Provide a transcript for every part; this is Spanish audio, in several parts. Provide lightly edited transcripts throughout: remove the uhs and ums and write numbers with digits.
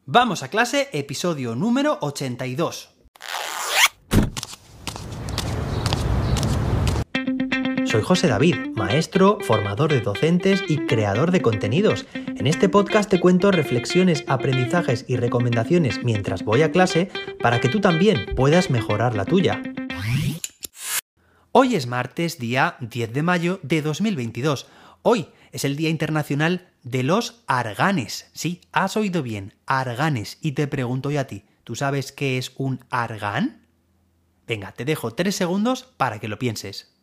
Vamos a clase, episodio número 82. Soy José David, maestro, formador de docentes y creador de contenidos. En este podcast te cuento reflexiones, aprendizajes y recomendaciones mientras voy a clase para que tú también puedas mejorar la tuya. Hoy es martes, día 10 de mayo de 2022. Hoy es el Día Internacional de los Arganes. Sí, has oído bien, arganes. Y te pregunto yo a ti, ¿tú sabes qué es un argán? Venga, te dejo 3 segundos para que lo pienses.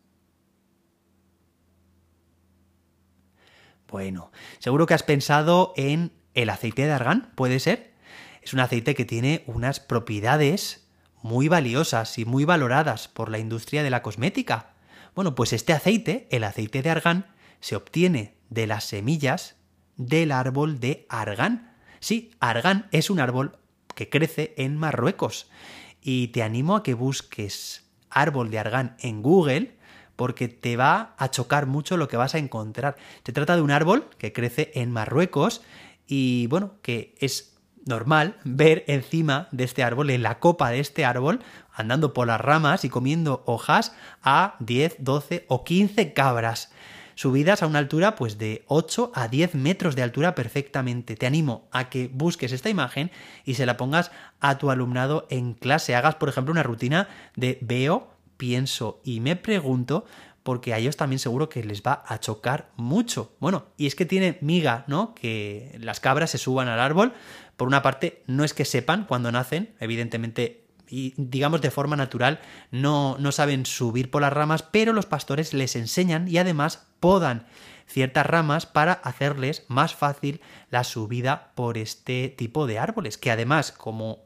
Bueno, seguro que has pensado en el aceite de argán, ¿puede ser? Es un aceite que tiene unas propiedades muy valiosas y muy valoradas por la industria de la cosmética. Bueno, pues este aceite, el aceite de argán, se obtiene de las semillas del árbol de argán. Sí, argán es un árbol que crece en Marruecos. Y te animo a que busques árbol de argán en Google porque te va a chocar mucho lo que vas a encontrar. Se trata de un árbol que crece en Marruecos y, bueno, que es normal ver encima de este árbol, en la copa de este árbol, andando por las ramas y comiendo hojas a 10, 12 o 15 cabras, subidas a una altura pues de 8 a 10 metros de altura perfectamente. Te animo a que busques esta imagen y se la pongas a tu alumnado en clase. Hagas, por ejemplo, una rutina de veo, pienso y me pregunto, porque a ellos también seguro que les va a chocar mucho. Bueno, y es que tiene miga, ¿no? Que las cabras se suban al árbol. Por una parte, no es que sepan cuando nacen, evidentemente, y digamos de forma natural, no saben subir por las ramas, pero los pastores les enseñan y además podan ciertas ramas para hacerles más fácil la subida por este tipo de árboles, que además, como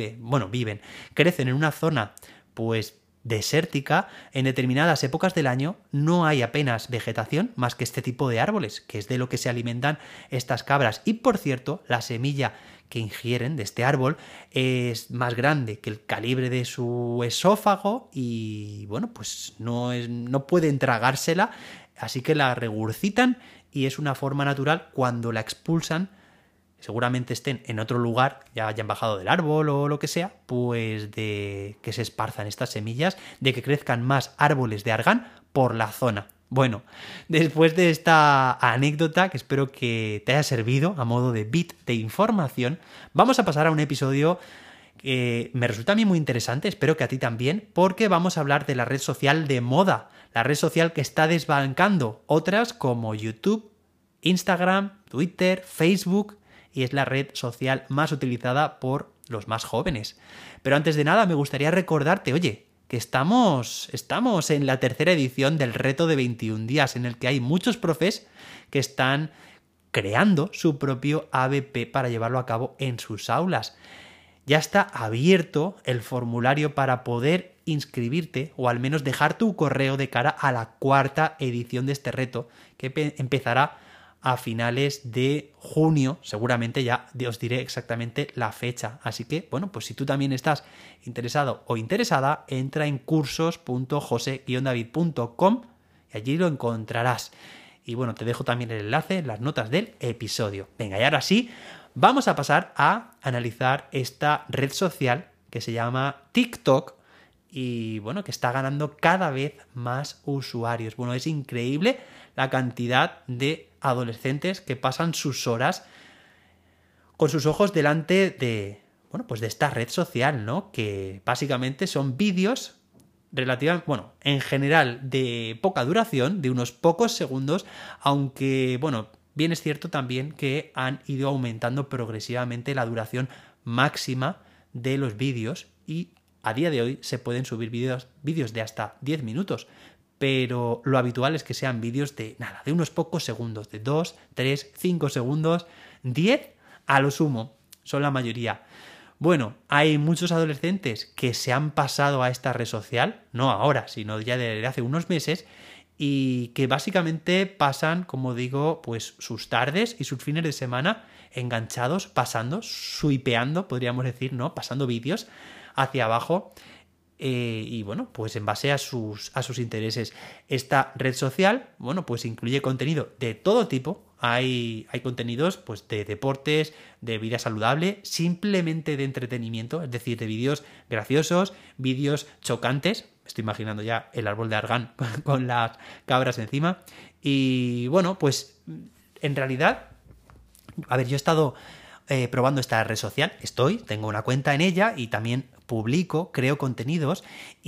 crecen en una zona, pues desértica, en determinadas épocas del año no hay apenas vegetación más que este tipo de árboles, que es de lo que se alimentan estas cabras. Y por cierto, la semilla que ingieren de este árbol es más grande que el calibre de su esófago y, bueno, pues no pueden tragársela, así que la regurgitan y es una forma natural cuando la expulsan. Seguramente estén en otro lugar, ya hayan bajado del árbol o lo que sea, pues de que se esparzan estas semillas, de que crezcan más árboles de argán por la zona. Bueno, después de esta anécdota, que espero que te haya servido a modo de bit de información, vamos a pasar a un episodio que me resulta a mí muy interesante, espero que a ti también, porque vamos a hablar de la red social de moda, la red social que está desbancando otras como YouTube, Instagram, Twitter, Facebook, y es la red social más utilizada por los más jóvenes. Pero antes de nada me gustaría recordarte, oye, que estamos en la tercera edición del reto de 21 días, en el que hay muchos profes que están creando su propio ABP para llevarlo a cabo en sus aulas. Ya está abierto el formulario para poder inscribirte o al menos dejar tu correo de cara a la cuarta edición de este reto, que empezará a finales de junio, seguramente ya os diré exactamente la fecha. Así que, bueno, pues si tú también estás interesado o interesada, entra en cursos.jose-david.com y allí lo encontrarás. Y bueno, te dejo también el enlace en las notas del episodio. Venga, y ahora sí, vamos a pasar a analizar esta red social que se llama TikTok y, bueno, que está ganando cada vez más usuarios. Bueno, es increíble la cantidad de adolescentes que pasan sus horas con sus ojos delante de, bueno, pues de esta red social, ¿no? Que básicamente son vídeos en general de poca duración, de unos pocos segundos, aunque, bueno, bien es cierto también que han ido aumentando progresivamente la duración máxima de los vídeos y a día de hoy se pueden subir vídeos de hasta 10 minutos. Pero lo habitual es que sean vídeos de unos pocos segundos, de 2, 3, 5 segundos, 10 a lo sumo, son la mayoría. Bueno, hay muchos adolescentes que se han pasado a esta red social, no ahora, sino ya desde hace unos meses, y que básicamente pasan, como digo, pues sus tardes y sus fines de semana enganchados, swipeando, podríamos decir, ¿no? Pasando vídeos hacia abajo. Y bueno, pues en base a sus intereses. Esta red social, bueno, pues incluye contenido de todo tipo, hay contenidos pues de deportes, de vida saludable, simplemente de entretenimiento, es decir, de vídeos graciosos, vídeos chocantes. Me estoy imaginando ya el árbol de Argan con las cabras encima. Y bueno, pues en realidad, a ver, yo he estado probando esta red social, tengo una cuenta en ella y también publico, creo contenidos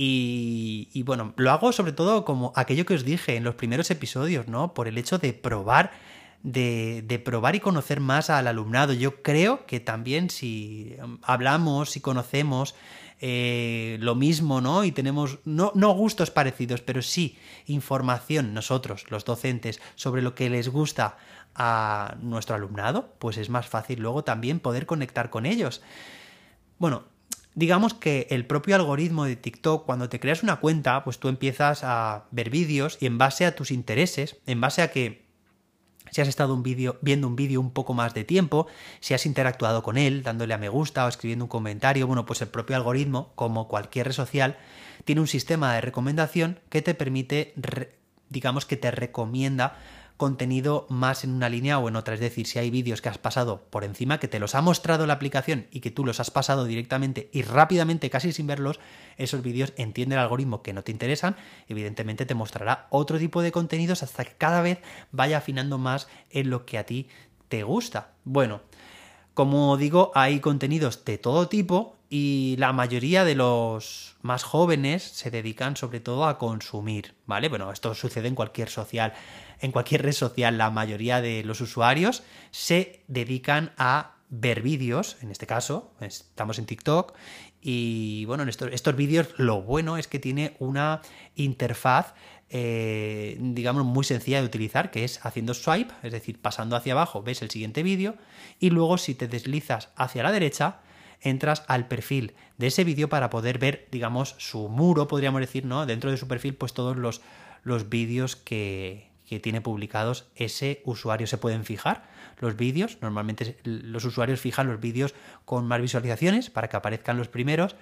y bueno, lo hago sobre todo como aquello que os dije en los primeros episodios, ¿no? Por el hecho de probar, de probar y conocer más al alumnado. Yo creo que también si hablamos, si conocemos lo mismo, ¿no? Y tenemos no gustos parecidos, pero sí información nosotros, los docentes, sobre lo que les gusta a nuestro alumnado, pues es más fácil luego también poder conectar con ellos. Bueno, digamos que el propio algoritmo de TikTok, cuando te creas una cuenta, pues tú empiezas a ver vídeos y en base a tus intereses, en base a que si has estado viendo un vídeo un poco más de tiempo, si has interactuado con él, dándole a me gusta o escribiendo un comentario, bueno, pues el propio algoritmo, como cualquier red social, tiene un sistema de recomendación que te permite, digamos que te recomienda contenido más en una línea o en otra. Es decir, si hay vídeos que has pasado por encima, que te los ha mostrado la aplicación y que tú los has pasado directamente y rápidamente, casi sin verlos, esos vídeos entiende el algoritmo que no te interesan, evidentemente te mostrará otro tipo de contenidos hasta que cada vez vaya afinando más en lo que a ti te gusta. Bueno, como digo, hay contenidos de todo tipo y la mayoría de los más jóvenes se dedican sobre todo a consumir, ¿vale? Bueno, esto sucede en cualquier red social, la mayoría de los usuarios se dedican a ver vídeos, en este caso, estamos en TikTok, y bueno, en estos vídeos lo bueno es que tiene una interfaz digamos muy sencilla de utilizar, que es haciendo swipe, es decir, pasando hacia abajo ves el siguiente vídeo y luego si te deslizas hacia la derecha entras al perfil de ese vídeo para poder ver, digamos, su muro, podríamos decir, ¿no? Dentro de su perfil, pues todos los vídeos que tiene publicados ese usuario. Se pueden fijar los vídeos, normalmente los usuarios fijan los vídeos con más visualizaciones para que aparezcan los primeros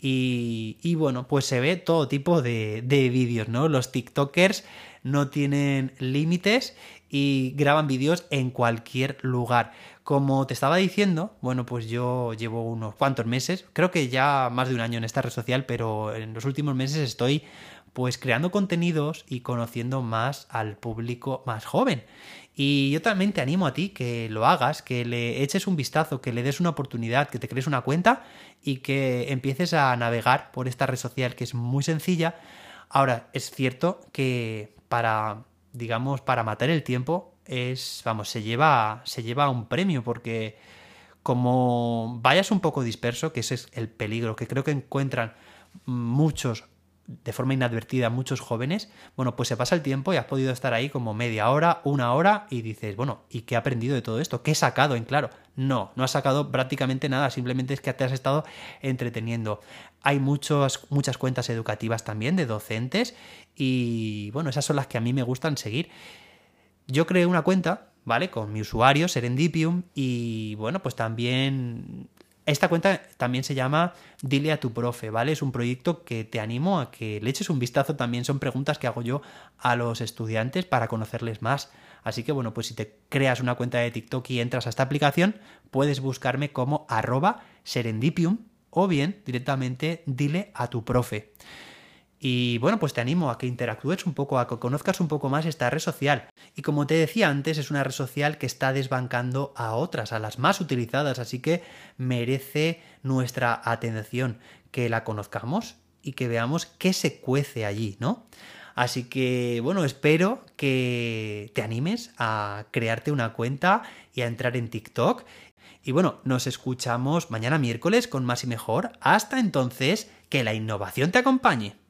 y bueno, pues se ve todo tipo de vídeos, ¿no? Los TikTokers no tienen límites y graban vídeos en cualquier lugar. Como te estaba diciendo, bueno, pues yo llevo unos cuantos meses, creo que ya más de un año en esta red social, pero en los últimos meses estoy pues creando contenidos y conociendo más al público más joven. Y yo también te animo a ti que lo hagas, que le eches un vistazo, que le des una oportunidad, que te crees una cuenta y que empieces a navegar por esta red social que es muy sencilla. Ahora, es cierto que para matar el tiempo se lleva un premio porque como vayas un poco disperso, que ese es el peligro que creo que encuentran muchos de forma inadvertida muchos jóvenes, bueno, pues se pasa el tiempo y has podido estar ahí como media hora, una hora y dices, bueno, ¿y qué he aprendido de todo esto? ¿Qué he sacado en claro? No has sacado prácticamente nada, simplemente es que te has estado entreteniendo. Hay muchas cuentas educativas también de docentes y bueno, esas son las que a mí me gustan seguir. Yo creé una cuenta, ¿vale? Con mi usuario, Serendipium, y bueno, pues también esta cuenta también se llama Dile a tu profe, ¿vale? Es un proyecto que te animo a que le eches un vistazo también. Son preguntas que hago yo a los estudiantes para conocerles más. Así que, bueno, pues si te creas una cuenta de TikTok y entras a esta aplicación, puedes buscarme como @serendipium o bien directamente Dile a tu profe. Y bueno, pues te animo a que interactúes un poco, a que conozcas un poco más esta red social. Y como te decía antes, es una red social que está desbancando a otras, a las más utilizadas, así que merece nuestra atención, que la conozcamos y que veamos qué se cuece allí, ¿no? Así que, bueno, espero que te animes a crearte una cuenta y a entrar en TikTok. Y bueno, nos escuchamos mañana miércoles con más y mejor. Hasta entonces, que la innovación te acompañe.